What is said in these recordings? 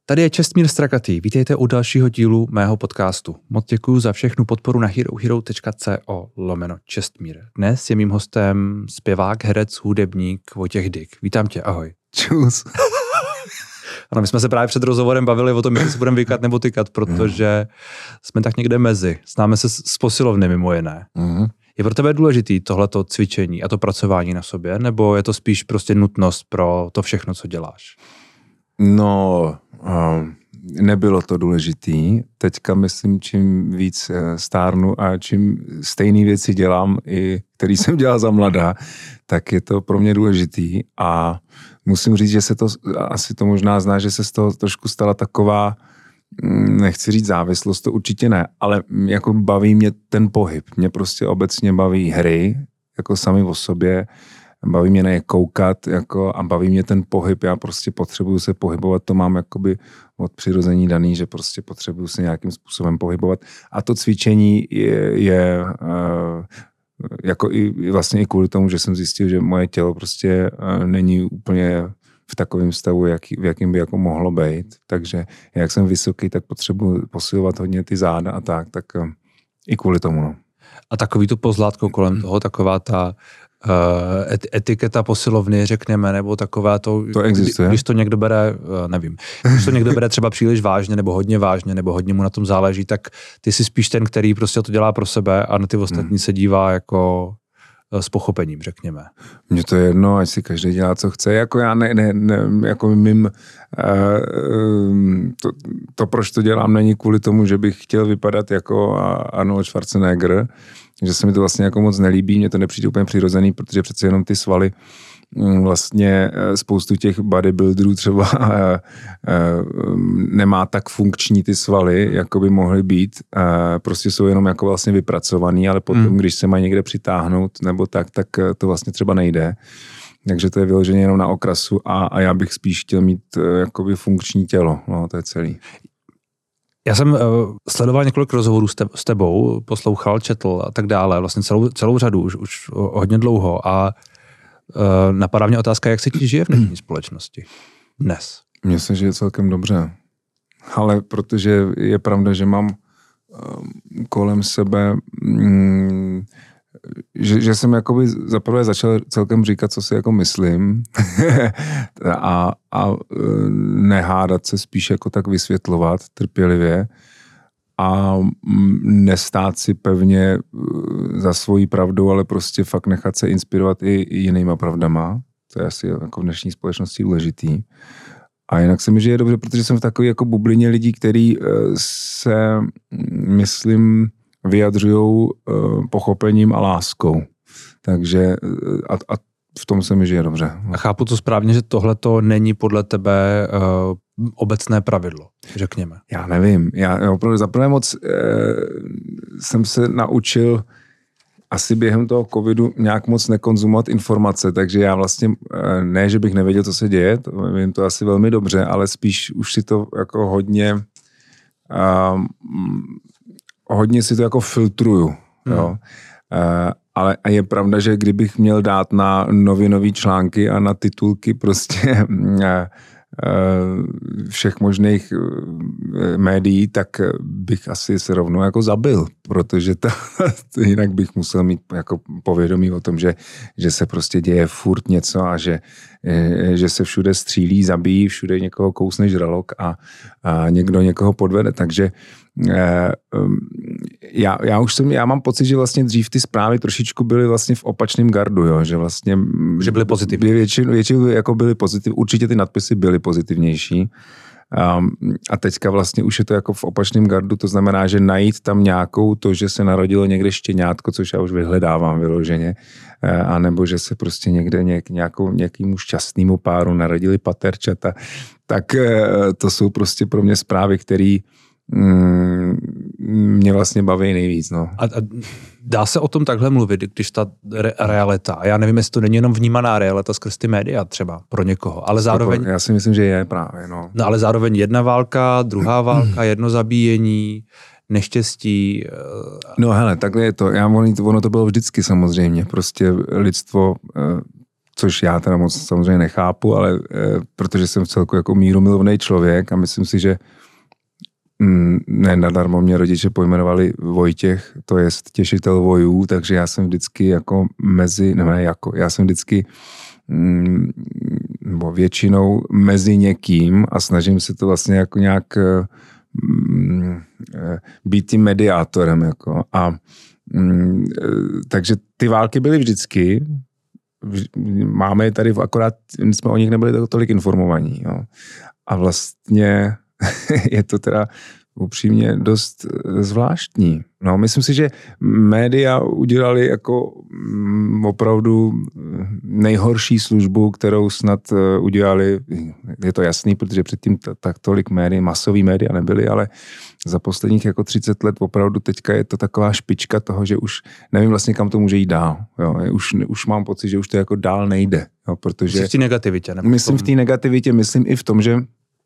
Tady je Čestmír Strakatý. Vítejte u dalšího dílu mého podcastu. Moc děkuju za všechnu podporu na herohero.co/Čestmír. Dnes je mým hostem zpěvák, herec, hudebník Vojtěch Dyk. Vítám tě, ahoj. Čus. Ano, my jsme se právě před rozhovorem bavili o tom, jestli se budeme vykat nebo tykat, protože jsme tak někde mezi. Známe se z posilovny mimo jiné. Je pro tebe důležitý tohleto cvičení a to pracování na sobě, nebo je to spíš prostě nutnost pro to všechno, co děláš? No, nebylo to důležitý. Teďka myslím, čím víc stárnu a čím stejné věci dělám, i který jsem dělal za mladá, tak je to pro mě důležitý. A musím říct, že se to, asi to možná zná, že se z toho trošku stala taková, nechci říct závislost, to určitě ne, ale jako baví mě ten pohyb. Mě prostě obecně baví hry, jako sami o sobě, baví mě na je koukat jako, a baví mě ten pohyb, já prostě potřebuju se pohybovat, to mám jakoby od přirození daný, že prostě potřebuju se nějakým způsobem pohybovat a to cvičení je jako i vlastně i kvůli tomu, že jsem zjistil, že moje tělo prostě není úplně v takovém stavu, v jakým by jako mohlo být, takže jak jsem vysoký, tak potřebuji posilovat hodně ty záda a tak i kvůli tomu, no. A takový to pozlátko kolem toho, taková ta etiketa posilovny, řekněme, nebo taková to existuje. Když to někdo bere, nevím, když to někdo bere třeba příliš vážně, nebo hodně mu na tom záleží, tak ty jsi spíš ten, který prostě to dělá pro sebe a na ty ostatní se dívá jako s pochopením, řekněme. Mně to je jedno, ať si každý dělá, co chce. Jako já jako to, proč to dělám, není kvůli tomu, že bych chtěl vypadat jako Arnold Schwarzenegger, že se mi to vlastně jako moc nelíbí, mně to nepřijde úplně přirozený, protože přece jenom ty svaly, vlastně spoustu těch bodybuilderů třeba nemá tak funkční ty svaly, jako by mohly být. Prostě jsou jenom jako vlastně vypracovaný, ale potom, když se mají někde přitáhnout nebo tak to vlastně třeba nejde. Takže to je vyloženě jenom na okrasu a já bych spíš chtěl mít jakoby funkční tělo. No, to je celý. Já jsem sledoval několik rozhovorů s tebou, poslouchal, četl a tak dále, vlastně celou řadu už hodně dlouho a napadá mě otázka, jak se ti žije v dnešní společnosti dnes? Mně se žije celkem dobře, ale protože je pravda, že mám kolem sebe, že jsem jakoby zaprvé začal celkem říkat, co si jako myslím a nehádat se, spíš jako tak vysvětlovat trpělivě a nestát si pevně za svojí pravdou, ale prostě fakt nechat se inspirovat i jinýma pravdama. To je asi jako v dnešní společnosti důležitý. A jinak se mi žije dobře, protože jsem v takové jako bublině lidí, který se, myslím, vyjadřujou pochopením a láskou. Takže a v tom se mi žije dobře. A chápu to správně, že tohleto není podle tebe obecné pravidlo, řekněme. Já nevím. Já opravdu zaprvé moc jsem se naučil asi během toho covidu nějak moc nekonzumovat informace, takže já vlastně ne, že bych nevěděl, co se děje, vím to asi velmi dobře, ale spíš už si to jako hodně si to jako filtruju, jo. Ale je pravda, že kdybych měl dát na novinové články a na titulky prostě všech možných médií, tak bych asi se rovnou jako zabil, protože to jinak bych musel mít jako povědomí o tom, že se prostě děje furt něco a že se všude střílí, zabíjí, všude někoho kousne žralok a někdo někoho podvede, takže já mám pocit, že vlastně dřív ty zprávy trošičku byly vlastně v opačném gardu, jo, že vlastně že byly pozitivní. Většinou jako byly pozitivní, určitě ty nadpisy byly pozitivnější. A teďka vlastně už je to jako v opačném gardu, to znamená, že najít tam nějakou to, že se narodilo někde štěňátko, což já už vyhledávám vyloženě, anebo že se prostě někde nějakému šťastnému páru narodili paterčata, tak to jsou prostě pro mě zprávy, které mě vlastně baví nejvíc. No. A dá se o tom takhle mluvit, když ta realita, a já nevím, jestli to není jenom vnímaná realita skrz ty média třeba pro někoho, ale zároveň... Já si myslím, že je právě, no. No ale zároveň jedna válka, druhá válka, jedno zabíjení, neštěstí. No hele, takhle je to. Ono to bylo vždycky samozřejmě. Prostě lidstvo což já teda moc samozřejmě nechápu, ale protože jsem v celku jako mírumilovný člověk a myslím si, že ne nadarmo mě rodiče pojmenovali Vojtěch, to je těšitel vojů, takže já jsem vždycky jako já jsem vždycky nebo většinou mezi někým a snažím se to vlastně jako nějak být tím mediátorem. Jako. Takže ty války byly vždycky, máme je tady akorát, jsme o nich nebyli tolik informovaní. Jo. A vlastně je to teda upřímně dost zvláštní. No, myslím si, že média udělali jako opravdu nejhorší službu, kterou snad udělali, je to jasný, protože předtím tak tolik médií, masový média nebyly, ale za posledních jako 30 let opravdu teďka je to taková špička toho, že už nevím vlastně, kam to může jít dál. Jo. Už mám pocit, že už to jako dál nejde. Jo, protože myslím v té negativitě. Myslím v té negativitě, myslím i v tom, že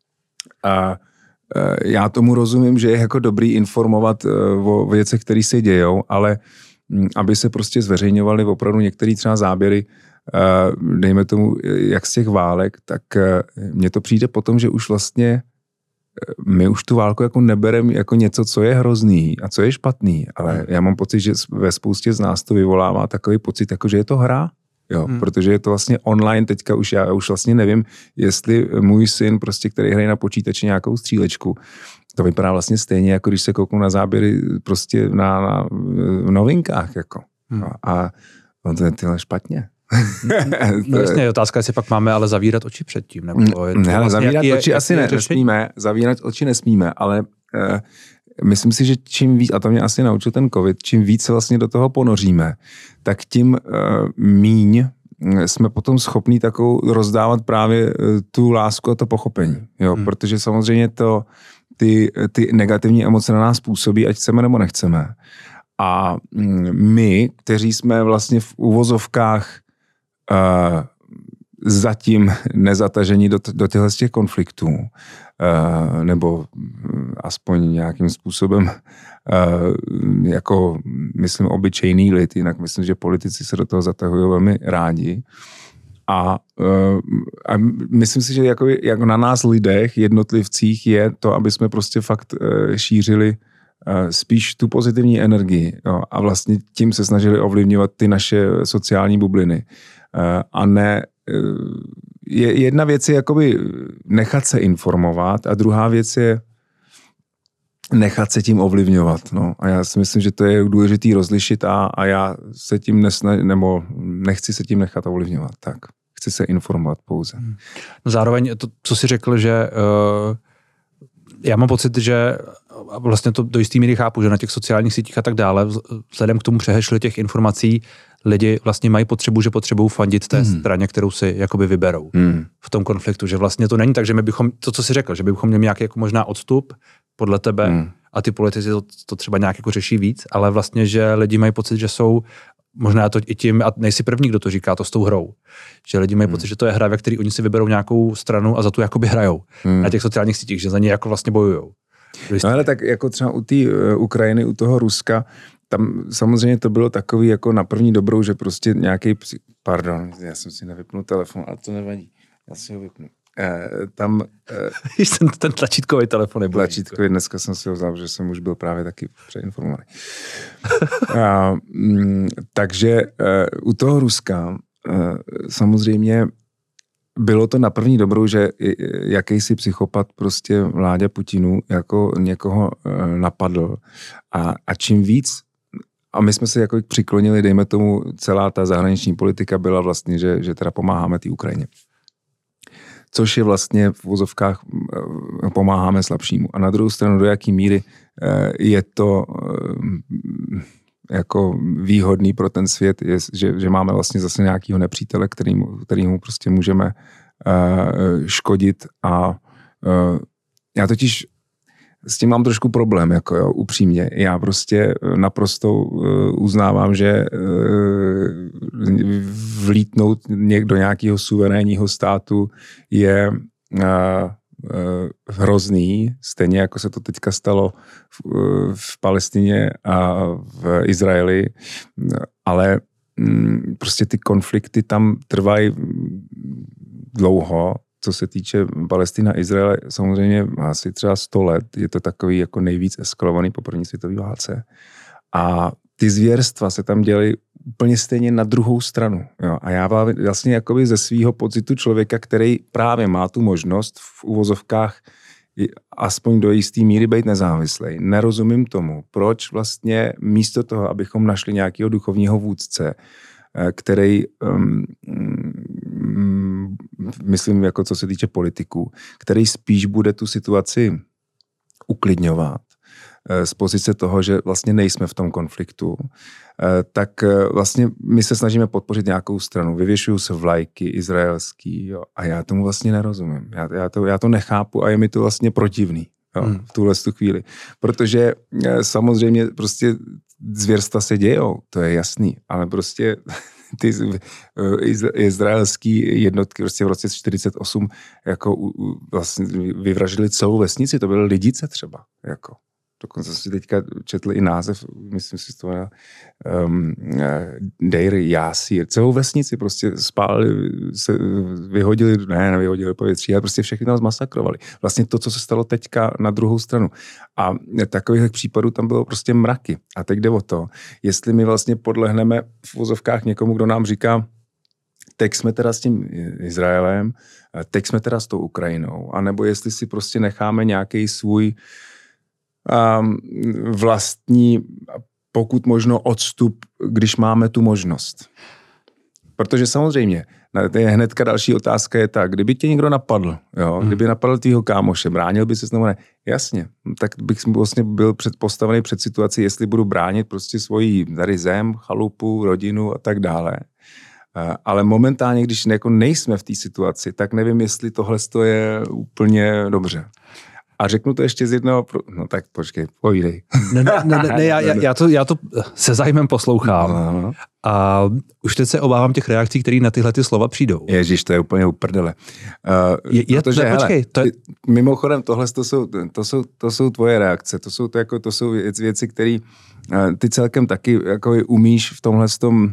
já tomu rozumím, že je jako dobrý informovat o věcech, které se dějou, ale aby se prostě zveřejňovaly opravdu některé třeba záběry, dejme tomu, jak z těch válek, tak mně to přijde potom, že už vlastně my už tu válku jako nebereme jako něco, co je hrozný a co je špatný, ale já mám pocit, že ve spoustě z nás to vyvolává takový pocit, jako že je to hra. Jo, protože je to vlastně online teďka já už vlastně nevím, jestli můj syn prostě, který hraje na počítači nějakou střílečku, to vypadá vlastně stejně, jako když se kouknu na záběry prostě na novinkách, jako. A to je tyhle špatně. No jasně, je otázka, jestli pak máme ale zavírat oči před tím, nebo ne, vlastně zavírat oči asi nesmíme, zavírat oči nesmíme, ale myslím si, že čím víc, a to mě asi naučil ten covid, čím víc se vlastně do toho ponoříme, tak tím míň jsme potom schopní takovou rozdávat právě tu lásku a to pochopení. Jo? Protože samozřejmě ty negativní emoce na nás působí, ať chceme nebo nechceme. A my, kteří jsme vlastně v uvozovkách zatím nezatažení do těchto konfliktů, nebo aspoň nějakým způsobem jako, myslím, obyčejný lid, jinak myslím, že politici se do toho zatahují velmi rádi. A myslím si, že jako na nás lidech, jednotlivcích je to, aby jsme prostě fakt šířili spíš tu pozitivní energii, jo, a vlastně tím se snažili ovlivňovat ty naše sociální bubliny. A ne jedna věc je jakoby nechat se informovat a druhá věc je nechat se tím ovlivňovat. No. A já si myslím, že to je důležitý rozlišit a já se tím nebo nechci se tím nechat ovlivňovat. Tak. Chci se informovat pouze. No zároveň to, co jsi řekl, že já mám pocit, že vlastně to do jistý míry chápu, že na těch sociálních sítích a tak dále, vzhledem k tomu přehešli těch informací, lidi vlastně mají potřebu, že potřebují fandit té straně, kterou si jakoby vyberou v tom konfliktu, že vlastně to není tak, že my bychom, to, co jsi řekl, že bychom měli nějaký jako možná odstup podle tebe a ty politici to třeba nějak jako řeší víc, ale vlastně, že lidi mají pocit, že jsou, možná to i tím, a nejsi první, kdo to říká, to s tou hrou, že lidi mají pocit, že to je hra, ve které oni si vyberou nějakou stranu a za tu jakoby hrajou na těch sociálních sítích, že za ně jako vlastně bojujou. No ale tak jako třeba u té Ukrajiny, u toho Ruska, tam samozřejmě to bylo takový jako na první dobrou, že prostě nějaký, pardon, já jsem si nevypnul telefon, ale to nevadí, já si ho vypnu. Tam... ten tlačítkový telefon je tlačítkový, dneska jsem si ho vzal, že jsem už byl právě taky přeinformovaný. Takže u toho Ruska samozřejmě bylo to na první dobrou, že jakýsi psychopat prostě vládě Putinu jako někoho napadl. A čím víc, a my jsme se jako přiklonili, dejme tomu, celá ta zahraniční politika byla vlastně, že teda pomáháme té Ukrajině. Což je vlastně v vozovkách pomáháme slabšímu. A na druhou stranu, do jaký míry je to jako výhodný pro ten svět, je, že máme vlastně zase nějakého nepřítele, kterýmu prostě můžeme škodit. A já totiž s tím mám trošku problém, jako jo, upřímně. Já prostě naprosto uznávám, že vlítnout do nějakého suverénního státu je hrozný, stejně jako se to teďka stalo v Palestině a v Izraeli, ale prostě ty konflikty tam trvají dlouho, co se týče Palestiny a Izraele, samozřejmě asi třeba 100 let, je to takový jako nejvíc eskalovaný po první světové válce. A ty zvěrstva se tam dělají úplně stejně na druhou stranu. Jo. A já vlastně jakoby ze svýho pocitu člověka, který právě má tu možnost v uvozovkách aspoň do jisté míry být nezávislý. Nerozumím tomu, proč vlastně místo toho, abychom našli nějakého duchovního vůdce, který, myslím, jako co se týče politiků, který spíš bude tu situaci uklidňovat z pozice toho, že vlastně nejsme v tom konfliktu, tak vlastně my se snažíme podpořit nějakou stranu. Vyvěšují se vlajky izraelský, jo, a já tomu vlastně nerozumím. Já to nechápu a je mi to vlastně protivný, jo, v tuhle chvíli. Protože samozřejmě prostě zvěrstva se dějou, to je jasný, ale prostě ty izraelský jednotky prostě v roce 1948 jako vlastně vyvraždili celou vesnici, to byly Lidice třeba, jako. Dokonce si teďka četl i název, myslím si to Deir Yasir. Celou vesnici prostě spálili, nevyhodili povětří, ale prostě všechny tam zmasakrovali. Vlastně to, co se stalo teďka na druhou stranu. A takových případů tam bylo prostě mraky. A teď jde o to, jestli my vlastně podlehneme v vozovkách někomu, kdo nám říká, teď jsme teda s tím Izraelem, teď jsme teda s tou Ukrajinou, anebo jestli si prostě necháme nějaký svůj vlastní, pokud možno odstup, když máme tu možnost. Protože samozřejmě, hnedka další otázka je ta, kdyby tě někdo napadl, jo, kdyby napadl tvýho kámoše, bránil by se znovu, ne? Jasně, tak bych vlastně byl postavený před situací, jestli budu bránit prostě svoji tady zem, chalupu, rodinu a tak dále. Ale momentálně, když jako nejsme v té situaci, tak nevím, jestli tohle je úplně dobře. A řeknu to ještě z jednoho... No tak počkej, povídej. Ne, já to se zájmem poslouchám. No. A už teď se obávám těch reakcí, které na tyhle ty slova přijdou. Ježíš, to je úplně uprdele. Mimochodem, tohle to jsou tvoje reakce. To jsou věci, které ty celkem taky jako umíš v tomhle tom...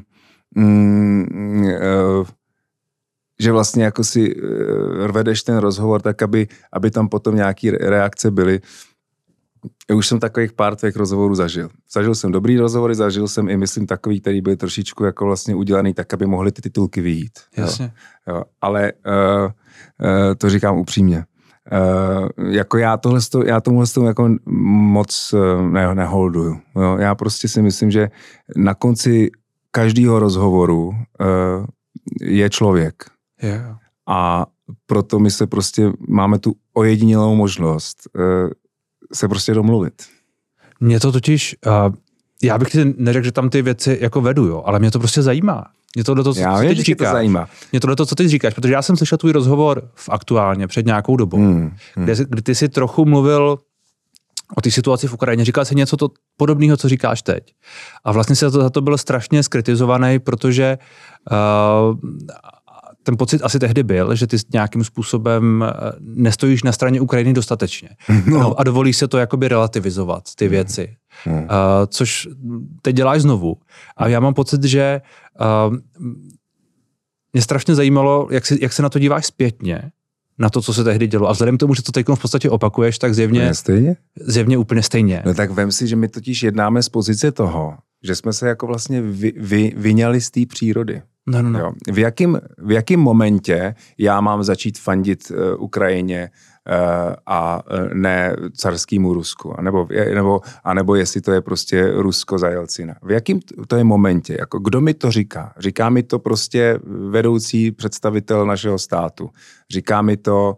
že vlastně jako si vedeš ten rozhovor tak, aby tam potom nějaký reakce byly. Už jsem takových pár tvých rozhovorů zažil. Zažil jsem dobrý rozhovory, zažil jsem i, myslím, takový, který byl trošičku jako vlastně udělaný tak, aby mohly ty titulky vyjít. Jasně. Jo. Ale to říkám upřímně. Jako já tomuhle jako moc neholduju. Jo. Já prostě si myslím, že na konci každého rozhovoru je člověk. Yeah. A proto my se prostě máme tu ojedinělou možnost se prostě domluvit. Mě to totiž, já bych ti neřekl, že tam ty věci jako vedu, jo, ale mě to prostě zajímá. Mě tohle to, co teď říkáš. Mě tohle to, co teď říkáš, protože já jsem slyšel tvůj rozhovor Aktuálně před nějakou dobou, kdy ty si trochu mluvil o té situaci v Ukrajině. Říkal jsi něco podobného, co říkáš teď. A vlastně se za to byl strašně skritizovaný, protože ten pocit asi tehdy byl, že ty nějakým způsobem nestojíš na straně Ukrajiny dostatečně. No. A dovolíš se to jakoby relativizovat, ty věci. Což teď děláš znovu. A já mám pocit, že mě strašně zajímalo, jak se na to díváš zpětně, na to, co se tehdy dělo. A vzhledem k tomu, že to teď v podstatě opakuješ, tak zjevně úplně stejně. No tak vem si, že my totiž jednáme z pozice toho, že jsme se jako vlastně vyňali z té přírody. No. Jo. V jakém momentě já mám začít fandit Ukrajině a ne carskému Rusku? A nebo jestli to je prostě Rusko za Jelcina. V jakém to je momentě? Jako, kdo mi to říká? Říká mi to prostě vedoucí představitel našeho státu. Říká mi to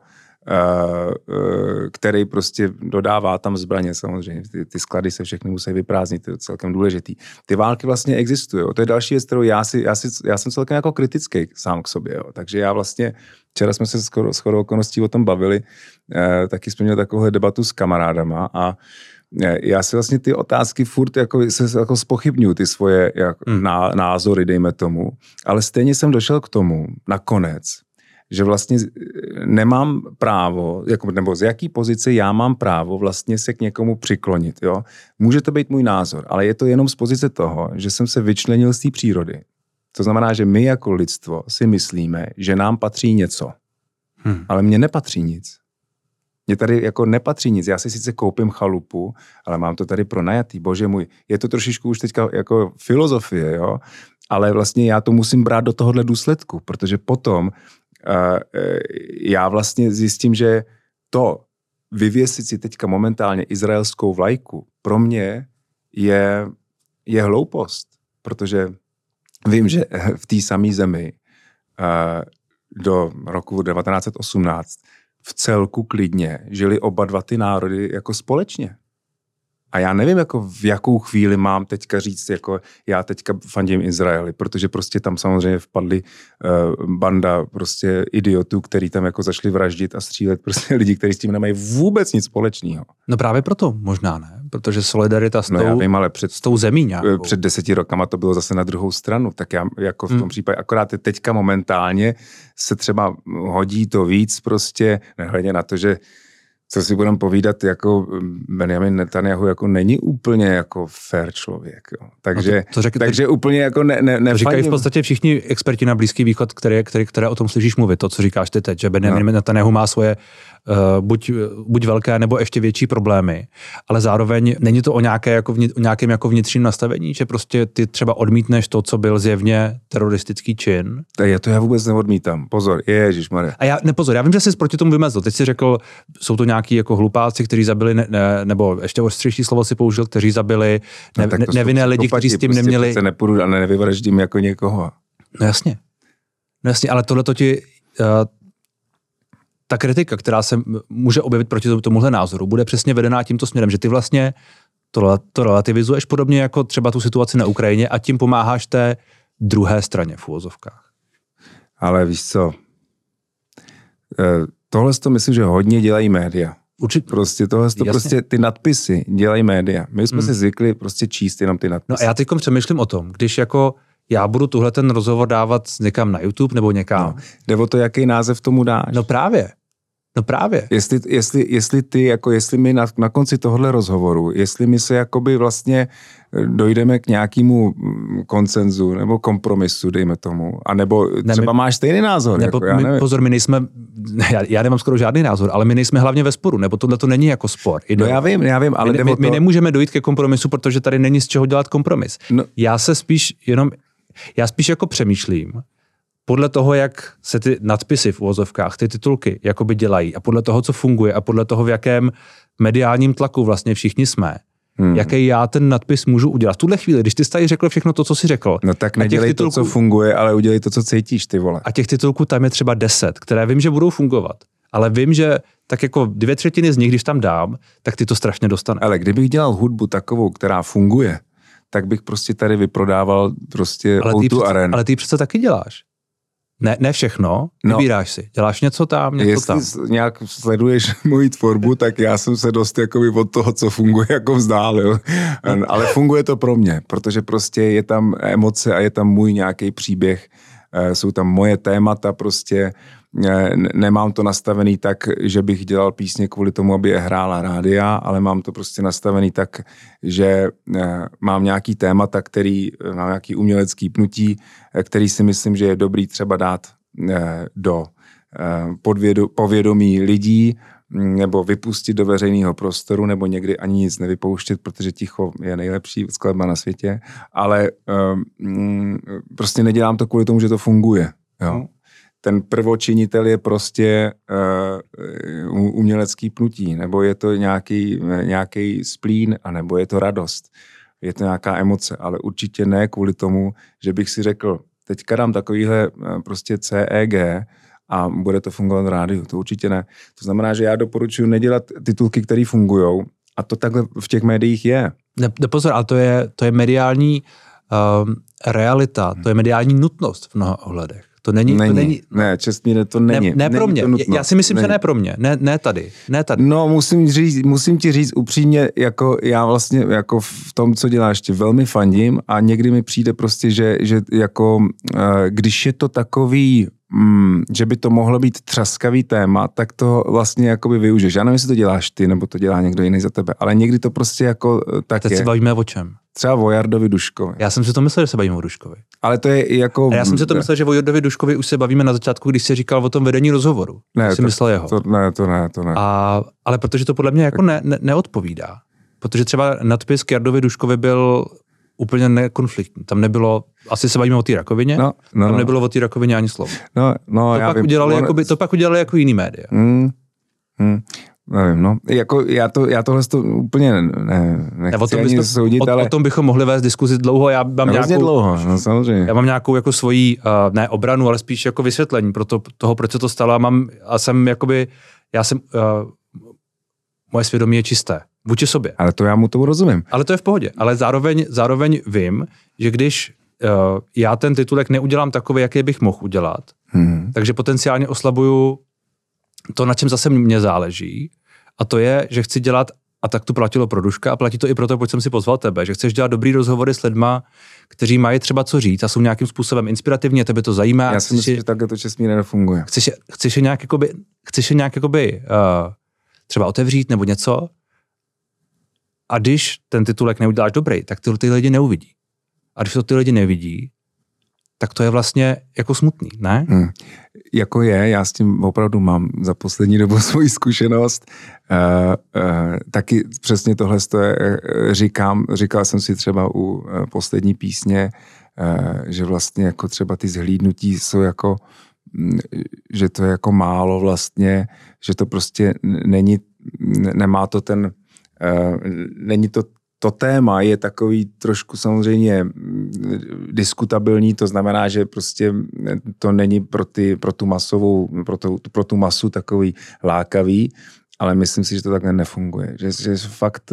který prostě dodává tam zbraně samozřejmě. Ty sklady se všechny musí vyprázdnit, to je celkem důležitý. Ty války vlastně existují. To je další věc, kterou já jsem celkem jako kritický sám k sobě. Jo. Takže já vlastně, včera jsme se skoro okolností o tom bavili, taky jsme měli takovou debatu s kamarádama a já si vlastně ty otázky furt jako zpochybňuju ty svoje názory, dejme tomu, ale stejně jsem došel k tomu nakonec, že vlastně nemám právo, nebo z jaký pozice já mám právo vlastně se k někomu přiklonit. Jo? Může to být můj názor, ale je to jenom z pozice toho, že jsem se vyčlenil z té přírody. To znamená, že my jako lidstvo si myslíme, že nám patří něco. Ale mně nepatří nic. Mně tady jako nepatří nic. Já si sice koupím chalupu, ale mám to tady pronajatý. Bože můj, je to trošičku už teďka jako filozofie, jo? Ale vlastně já to musím brát do tohohle důsledku, protože potom já vlastně zjistím, že to vyvěsit si teďka momentálně izraelskou vlajku pro mě je hloupost, protože vím, že v té samé zemi do roku 1918 v celku klidně žili oba dva ty národy jako společně. A já nevím, jako v jakou chvíli mám teďka říct, jako já teďka fandím Izraeli, protože prostě tam samozřejmě vpadly banda prostě idiotů, který tam jako zašli vraždit a střílet prostě lidi, kteří s tím nemají vůbec nic společného. No právě proto možná ne, protože solidarita s s tou zemí nějakou. Před 10 rokama to bylo zase na druhou stranu, tak já jako v tom případě, akorát teďka momentálně se třeba hodí to víc prostě, nehledě na to, že co si budeme povídat, jako Benjamin Netanyahu jako není úplně jako fair člověk. Jo. Takže, no takže úplně jako to říkají v podstatě všichni experti na Blízký východ, které o tom slyšíš mluvit. To, co říkáš ty teď, že Benjamin Netanyahu má svoje buď velké nebo ještě větší problémy, ale zároveň není to o nějakém jako vnitřním nastavení, že prostě ty třeba odmítneš to, co byl zjevně teroristický čin. To já vůbec neodmítám. Pozor, ježišmarja. A já vím, že jsi proti tomu vymezl. Teď jsi řekl, jsou to nějaký jako hlupáci, kteří zabili, nebo ještě ostřejší slovo si použil, kteří zabili nevinné lidi, kteří s tím prostě neměli. Se nepůjdu a nevyvraždím jako někoho. No jasně, ale tohle ti ta kritika, která se může objevit proti tomuhle názoru, bude přesně vedená tímto směrem, že ty vlastně to relativizuješ podobně jako třeba tu situaci na Ukrajině a tím pomáháš té druhé straně v uvozovkách. Ale víš co, tohle to myslím, že hodně dělají média. Určitě. Prostě prostě ty nadpisy dělají média. My jsme si zvykli prostě číst jenom ty nadpisy. No a já teďkom přemýšlím o tom, když jako já budu tuhle ten rozhovor dávat někam na YouTube nebo někam. No, jde o to, jaký název tomu dáš. No právě. Jestli my na konci tohohle rozhovoru, jestli my se jakoby vlastně dojdeme k nějakému konsenzu nebo kompromisu, dejme tomu, anebo třeba máš stejný názor. Pozor, my nejsme, já nemám skoro žádný názor, ale my nejsme hlavně ve sporu, nebo tohle to není jako spor. No já vím, ale my nemůžeme dojít ke kompromisu, protože tady není z čeho dělat kompromis. No. Já spíš jako přemýšlím, podle toho, jak se ty nadpisy v uvozovkách, ty titulky jakoby dělají a podle toho, co funguje a podle toho, v jakém mediálním tlaku vlastně všichni jsme, jaký já ten nadpis můžu udělat. V tuhle chvíli, když ty jsi tady řekl všechno to, co jsi řekl. No tak nedělej to, co funguje, ale udělej to, co cítíš, ty vole. A těch titulků tam je třeba 10, které vím, že budou fungovat. Ale vím, že tak jako 2/3 z nich, když tam dám, tak ty to strašně dostane. Ale kdybych dělal hudbu takovou, která funguje, tak bych prostě tady vyprodával prostě O2 Arenu. Ale ty přece taky děláš. Ne všechno, vybíráš si. Děláš něco tam, něco tam. Jestli nějak sleduješ moji tvorbu, tak já jsem se dost jakoby od toho, co funguje, jako vzdálil. Ale funguje to pro mě, protože prostě je tam emoce a je tam můj nějaký příběh. Jsou tam moje témata prostě. Nemám to nastavený tak, že bych dělal písně kvůli tomu, aby je hrála rádia, ale mám to prostě nastavený tak, že mám nějaký témata, mám nějaký umělecký pnutí, který si myslím, že je dobrý třeba dát do povědomí lidí nebo vypustit do veřejného prostoru, nebo někdy ani nic nevypouštět, protože ticho je nejlepší skladba na světě, ale prostě nedělám to kvůli tomu, že to funguje. Jo? Ten prvočinitel je prostě umělecký pnutí, nebo je to nějaký splín, anebo je to radost. Je to nějaká emoce, ale určitě ne kvůli tomu, že bych si řekl, teďka dám takovýhle prostě CEG a bude to fungovat v rádiu. To určitě ne. To znamená, že já doporučuji nedělat titulky, které fungujou, a to takhle v těch médiích je. Pozor, ale to je mediální realita, to je mediální nutnost v mnoha ohledech. To není. Ne, Čestmíre, to není. Ne pro mě. Já si myslím, že ne pro mě. Ne tady. No, musím ti říct upřímně, jako já vlastně jako v tom, co děláš, tě velmi fandím a někdy mi přijde prostě, že jako když je to takový že by to mohlo být třaskavý téma, tak to vlastně jakoby využiješ. Já nevím, jestli to děláš ty, nebo to dělá někdo jiný za tebe, ale někdy to prostě jako tak Teď je. se bavíme o čem? Třeba o Jardovi Duškovi. Já jsem si to myslel, že se bavíme o Duškovi. Ale to je jako... A já jsem si to myslel, že o Jardovi Duškovi už se bavíme na začátku, když jsi říkal o tom vedení rozhovoru. Ne, jsi myslel jeho. To ne. Ale protože to podle mě jako neodpovídá. Protože třeba nadpis k Jardovi Duškovi byl úplně nekonfliktní. Tam nebylo, asi se bavíme o té rakovině, tam nebylo o té rakovině ani slovo. To pak udělali jako jiný média. Nevím, no. Jako já tohle to úplně nechci ani soudit, ale... O tom bychom mohli vést diskuzi dlouho. Já mám dlouho, no samozřejmě. Já mám nějakou jako svoji, ne obranu, ale spíš jako vysvětlení pro toho, proč se to stalo. Moje svědomí je čisté. Vůči sobě. Ale to já mu tomu rozumím. Ale to je v pohodě. Ale zároveň vím, že když já ten titulek neudělám takový, jaký bych mohl udělat, takže potenciálně oslabuju to, na čem zase mě záleží, a to je, že chci dělat, a tak to platilo pro Duška a platí to i proto, proč jsem si pozval tebe, že chceš dělat dobrý rozhovory s lidma, kteří mají třeba co říct a jsou nějakým způsobem inspirativní a tebe to zajímá. Já si myslím, že takhle to čestmíře nefunguje. Chceš je nějak třeba otevřít nebo něco, a když ten titulek neuděláš dobrý, tak ty lidi neuvidí. A když to ty lidi nevidí, tak to je vlastně jako smutný, ne? Jako já s tím opravdu mám za poslední dobu svoji zkušenost. Taky přesně tohle říkal jsem si třeba u poslední písně, že vlastně jako třeba ty zhlídnutí jsou jako, že to je jako málo vlastně, že to prostě nemá to ten, není to téma je takový trošku samozřejmě diskutabilní, to znamená, že prostě to není pro tu masovou, pro tu masu takový lákavý, ale myslím si, že to takhle nefunguje. Že fakt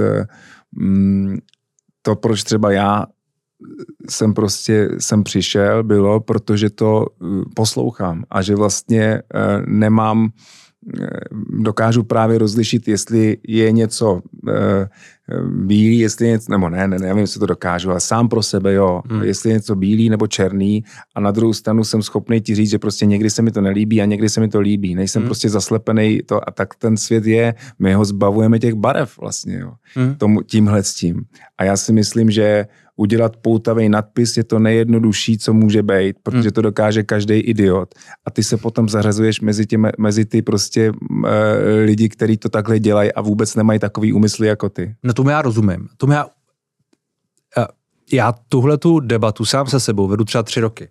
to, proč třeba já jsem přišel, bylo, protože to poslouchám a že vlastně dokážu právě rozlišit, jestli je něco bílý, jestli je něco, nebo nevím, jestli to dokážu, ale sám pro sebe, jestli je něco bílý nebo černý, a na druhou stranu jsem schopný ti říct, že prostě někdy se mi to nelíbí a někdy se mi to líbí. Nejsem prostě zaslepený to, a tak ten svět je, my ho zbavujeme těch barev vlastně, tímhle s tím. A já si myslím, že udělat poutavý nadpis je to nejjednodušší, co může být, protože to dokáže každý idiot. A ty se potom zařazuješ mezi ty prostě lidi, kteří to takhle dělají a vůbec nemají takový úmysly jako ty. No tomu já rozumím. Já tuhletu debatu sám se sebou vedu třeba 3 roky.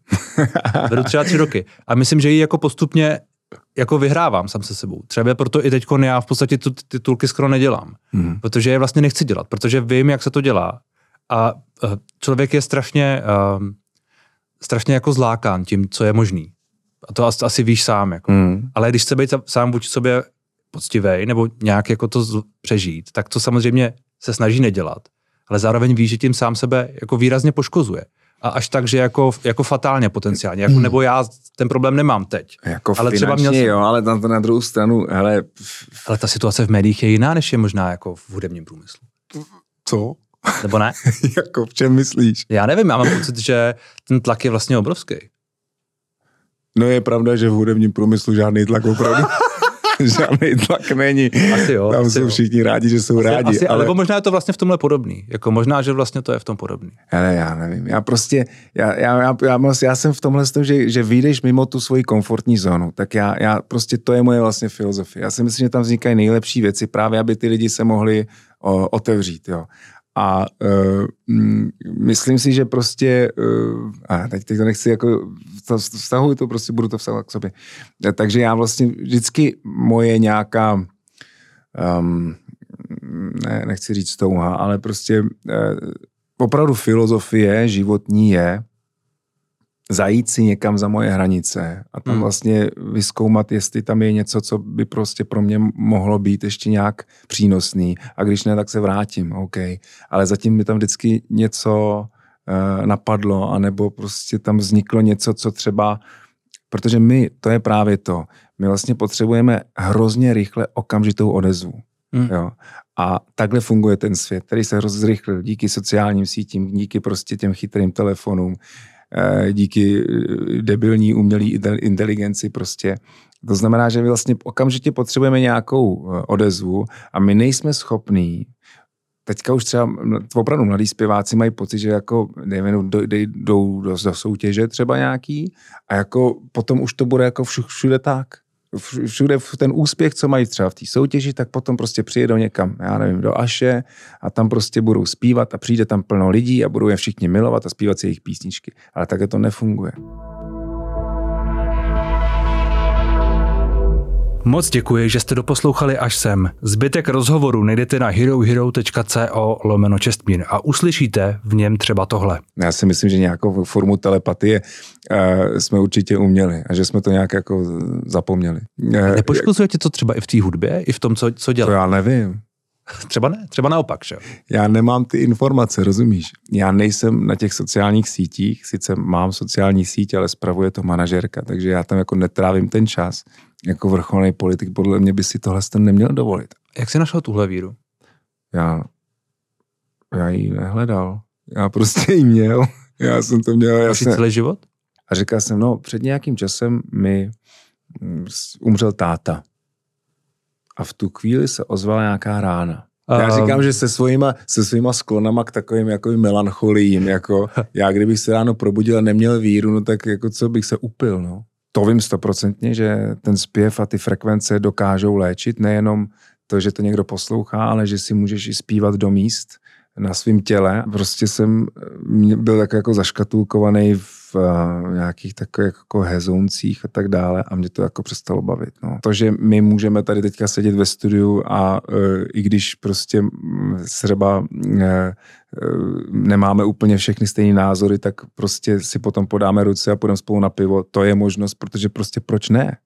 A myslím, že ji jako postupně jako vyhrávám sám se sebou. Třeba proto i teďko já v podstatě ty titulky skoro nedělám. Protože je vlastně nechci dělat, protože vím, jak se to dělá. A člověk je strašně jako zlákán tím, co je možný. A to asi víš sám. Jako. Ale když chce být sám vůči sobě poctivej nebo nějak jako to přežít, tak to samozřejmě se snaží nedělat. Ale zároveň ví, že tím sám sebe jako výrazně poškozuje. A až tak, že jako fatálně potenciálně. Jako, nebo já ten problém nemám teď. Jako ale finančně třeba ale na druhou stranu, hele... Ale ta situace v médiích je jiná, než je možná jako v hudebním průmyslu. Co? Nebo ne? Jako v čem myslíš? Já nevím, já mám pocit, že ten tlak je vlastně obrovský. No je pravda, že v hudebním průmyslu žádný tlak opravdu. Žádný tlak není. Asi jo. Tam jsou všichni rádi, že jsou rádi. Ale možná je to vlastně v tomhle podobný. Jako možná, že vlastně to je v tom podobný. Já nevím. Já prostě, já jsem v tomhle stavu, že vyjdeš mimo tu svoji komfortní zónu, tak já prostě to je moje vlastně filozofie. Já si myslím, že tam vznikají nejlepší věci, právě aby ty lidi se mohli otevřít, jo. A myslím si, že prostě, teď to nechci jako, vztahuji to, prostě budu to vztahovat k sobě. Takže já vlastně vždycky moje nějaká, nechci říct touha, ale prostě opravdu filozofie životní je zajít si někam za moje hranice a tam vlastně vyzkoumat, jestli tam je něco, co by prostě pro mě mohlo být ještě nějak přínosný. A když ne, tak se vrátím, OK. Ale zatím mi tam vždycky něco napadlo, anebo prostě tam vzniklo něco, co třeba, protože to je právě to, my vlastně potřebujeme hrozně rychle okamžitou odezvu. Jo. A takhle funguje ten svět, který se zrychlil díky sociálním sítím, díky prostě těm chytrým telefonům. díky debilní umělé inteligenci prostě. To znamená, že vlastně okamžitě potřebujeme nějakou odezvu a my nejsme schopní. Teďka už třeba opravdu mladí zpěváci mají pocit, že jako jdou do soutěže třeba nějaký a jako potom už to bude jako všude tak. Všude ten úspěch, co mají třeba v té soutěži, tak potom prostě přijedou někam, já nevím, do Aše a tam prostě budou zpívat a přijde tam plno lidí a budou je všichni milovat a zpívat si jejich písničky. Ale takhle to nefunguje. Moc děkuji, že jste doposlouchali až sem. Zbytek rozhovoru najdete na herohero.co/Čestmír a uslyšíte v něm třeba tohle. Já si myslím, že nějakou formu telepatie jsme určitě uměli a že jsme to nějak jako zapomněli. Nepoškozuje tě to třeba i v té hudbě, i v tom, co dělá? To já nevím. Třeba ne, třeba naopak, že jo? Já nemám ty informace, rozumíš? Já nejsem na těch sociálních sítích, sice mám sociální síť, ale spravuje to manažerka, takže já tam jako netrávím ten čas. Jako vrcholný politik podle mě by si tohle neměl dovolit. Jak jsi našel tuhle víru? Já ji nehledal. Já prostě ji měl. Já jsem to měl. Celý život? A říkal jsem, před nějakým časem mi umřel táta. A v tu chvíli se ozvala nějaká rána. Já říkám, že se svýma sklonama k takovým jako melancholím, jako já kdybych se ráno probudil a neměl víru, no tak jako co bych se upil, no. To vím 100%, že ten zpěv a ty frekvence dokážou léčit, nejenom to, že to někdo poslouchá, ale že si můžeš i zpívat do míst na svém těle. Prostě jsem byl tak jako zaškatulkovaný v nějakých takových jako hezouncích a tak dále a mě to jako přestalo bavit. No. To, že my můžeme tady teďka sedět ve studiu a i když prostě třeba nemáme úplně všechny stejné názory, tak prostě si potom podáme ruce a půjdeme spolu na pivo. To je možnost, protože prostě proč ne?